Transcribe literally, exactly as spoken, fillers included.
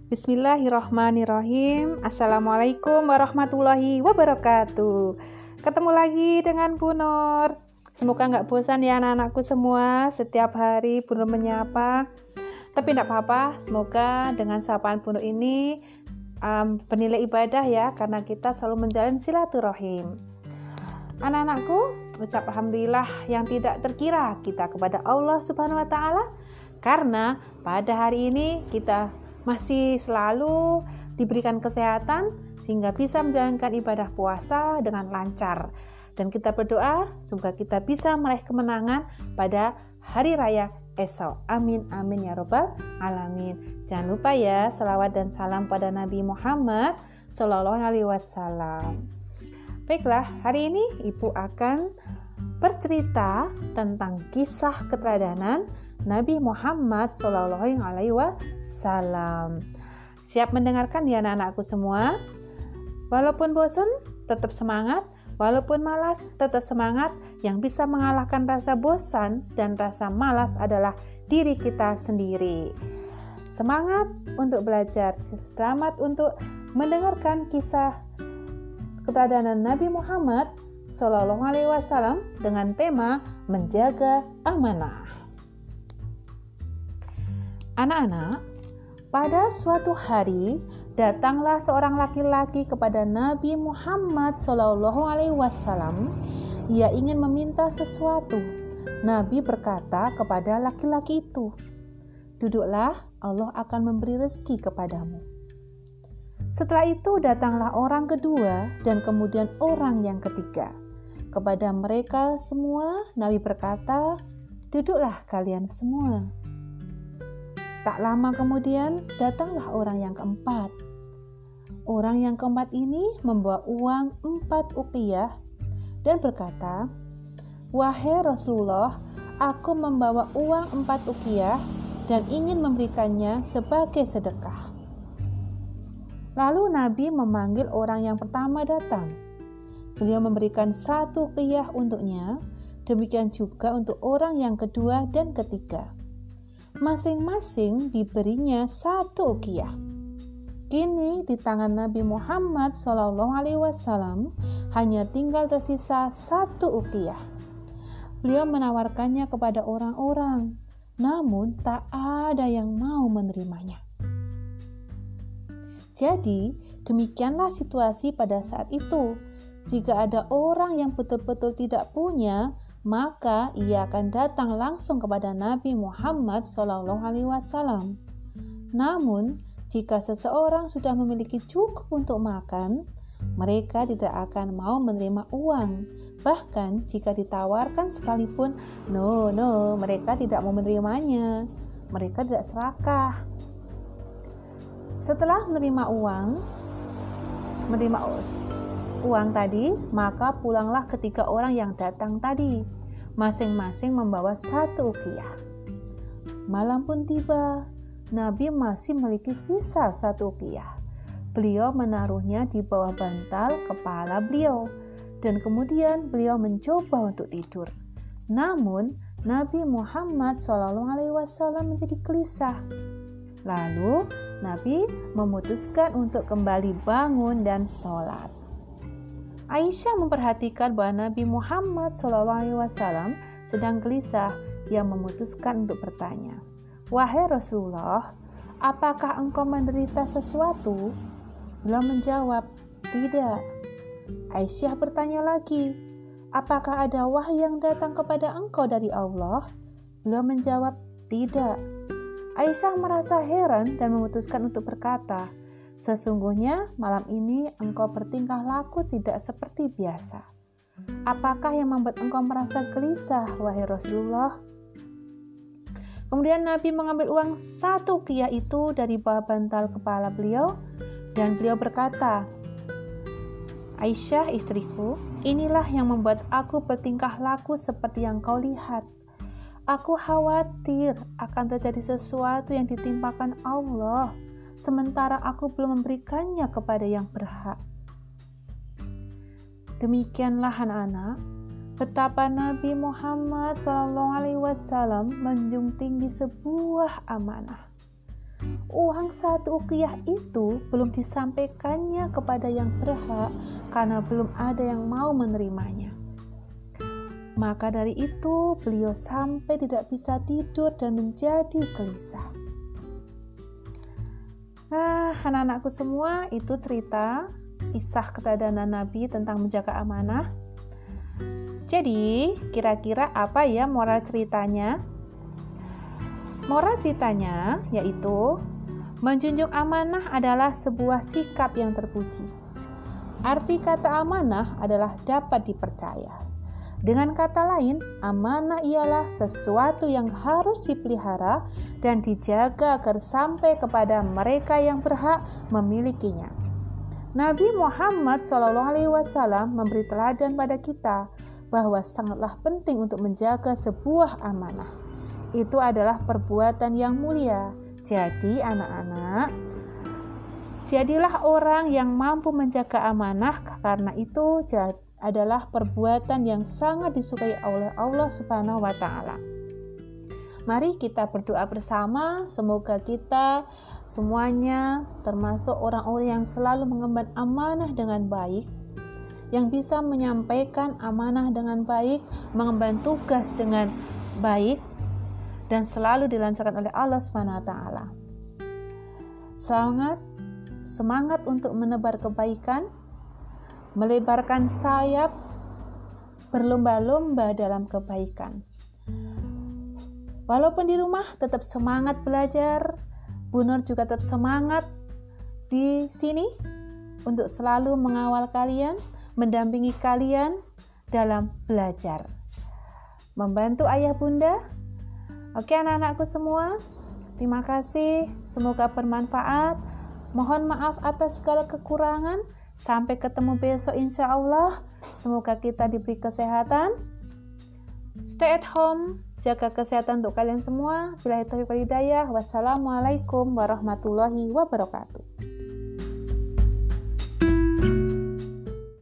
Bismillahirrahmanirrahim. Assalamualaikum warahmatullahi wabarakatuh. Ketemu lagi dengan Bu Nur. Semoga nggak bosan ya anak-anakku semua. Setiap hari Bu Nur menyapa. Tapi tidak apa-apa. Semoga dengan sapaan Bu Nur ini um, bernilai ibadah ya, karena kita selalu menjalin silaturahim. Anak-anakku, ucap alhamdulillah yang tidak terkira kita kepada Allah Subhanahu wa taala, karena pada hari ini kita masih selalu diberikan kesehatan sehingga bisa menjalankan ibadah puasa dengan lancar. Dan kita berdoa semoga kita bisa meraih kemenangan pada hari raya esok. Amin amin ya robbal alamin. Jangan lupa ya, selawat dan salam pada Nabi Muhammad Shallallahu Alaihi Wasallam. Baiklah, hari ini Ibu akan bercerita tentang kisah keteladanan Nabi Muhammad Shallallahu Alaihi Wasallam. Siap mendengarkan ya anak-anakku semua? Walaupun bosan, tetap semangat. Walaupun malas, tetap semangat. Yang bisa mengalahkan rasa bosan dan rasa malas adalah diri kita sendiri. Semangat untuk belajar. Selamat untuk mendengarkan kisah keteladanan Nabi Muhammad Shallallahu Alaihi Wasallam dengan tema menjaga amanah. Anak-anak, pada suatu hari datanglah seorang laki-laki kepada Nabi Muhammad Shallallahu Alaihi Wasallam. Ia ingin meminta sesuatu. Nabi berkata kepada laki-laki itu, "Duduklah, Allah akan memberi rezeki kepadamu." Setelah itu datanglah orang kedua dan kemudian orang yang ketiga. Kepada mereka semua Nabi berkata, "Duduklah kalian semua." Tak lama kemudian datanglah orang yang keempat. Orang yang keempat ini membawa uang empat uqiyah dan berkata, "Wahai Rasulullah, aku membawa uang empat uqiyah dan ingin memberikannya sebagai sedekah." Lalu Nabi memanggil orang yang pertama datang. Beliau memberikan satu uqiyah untuknya, demikian juga untuk orang yang kedua dan ketiga. Masing-masing diberinya satu uqiyah. Kini di tangan Nabi Muhammad Shallallahu Alaihi Wasallam hanya tinggal tersisa satu uqiyah. Beliau menawarkannya kepada orang-orang, namun tak ada yang mau menerimanya. Jadi demikianlah situasi pada saat itu. Jika ada orang yang betul-betul tidak punya, maka ia akan datang langsung kepada Nabi Muhammad Shallallahu Alaihi Wasallam. Namun, jika seseorang sudah memiliki cukup untuk makan, mereka tidak akan mau menerima uang. Bahkan jika ditawarkan sekalipun, no, no, mereka tidak mau menerimanya. Mereka tidak serakah. Setelah menerima uang, menerima uang tadi, maka pulanglah ketiga orang yang datang tadi. Masing-masing membawa satu uqiyah. Malam pun tiba. Nabi masih memiliki sisa satu uqiyah. Beliau menaruhnya di bawah bantal kepala beliau. Dan kemudian beliau mencoba untuk tidur. Namun, Nabi Muhammad Shallallahu Alaihi Wasallam menjadi gelisah. Lalu, Nabi memutuskan untuk kembali bangun dan sholat. Aisyah memperhatikan bahwa Nabi Muhammad Shallallahu Alaihi Wasallam sedang gelisah. Ia memutuskan untuk bertanya, "Wahai Rasulullah, apakah engkau menderita sesuatu?" Beliau menjawab, "Tidak." Aisyah bertanya lagi, "Apakah ada wahyu yang datang kepada engkau dari Allah?" Beliau menjawab, "Tidak." Aisyah merasa heran dan memutuskan untuk berkata, "Sesungguhnya malam ini engkau bertingkah laku tidak seperti biasa. Apakah yang membuat engkau merasa gelisah, wahai Rasulullah?" Kemudian Nabi mengambil uang satu uqiyah itu dari bawah bantal kepala beliau dan beliau berkata, "Aisyah istriku, inilah yang membuat aku bertingkah laku seperti yang kau lihat. Aku khawatir akan terjadi sesuatu yang ditimpakan Allah, sementara aku belum memberikannya kepada yang berhak." Demikianlah anak-anak, betapa Nabi Muhammad shallallahu alaihi wasallam menjunjung tinggi sebuah amanah. uang satu uqiyah itu belum disampaikannya kepada yang berhak karena belum ada yang mau menerimanya. Maka dari itu beliau sampai tidak bisa tidur dan menjadi gelisah. Nah, anak-anakku semua, itu cerita kisah keteladanan Nabi tentang menjaga amanah. Jadi, kira-kira apa ya moral ceritanya? Moral ceritanya yaitu menjunjung amanah adalah sebuah sikap yang terpuji. Arti kata amanah adalah dapat dipercaya. Dengan kata lain, amanah ialah sesuatu yang harus dipelihara dan dijaga agar sampai kepada mereka yang berhak memilikinya. Nabi Muhammad shallallahu alaihi wasallam memberi teladan pada kita bahwa sangatlah penting untuk menjaga sebuah amanah. Itu adalah perbuatan yang mulia. Jadi anak-anak, jadilah orang yang mampu menjaga amanah, karena itu adalah perbuatan yang sangat disukai oleh Allah Subhanahu wa taala. Mari kita berdoa bersama, semoga kita semuanya termasuk orang-orang yang selalu mengemban amanah dengan baik, yang bisa menyampaikan amanah dengan baik, mengemban tugas dengan baik, dan selalu dilancarkan oleh Allah Subhanahu wa taala. Semangat, semangat untuk menebar kebaikan, melebarkan sayap, berlomba-lomba dalam kebaikan. Walaupun di rumah tetap semangat belajar, Bu Nur juga tetap semangat di sini untuk selalu mengawal kalian, mendampingi kalian dalam belajar, membantu ayah bunda. Oke anak-anakku semua, terima kasih, semoga bermanfaat. Mohon maaf atas segala kekurangan. Sampai ketemu besok insya Allah. Semoga kita diberi kesehatan. Stay at home, jaga kesehatan untuk kalian semua. Billahi taufiq wal hidayah. Wassalamualaikum warahmatullahi wabarakatuh.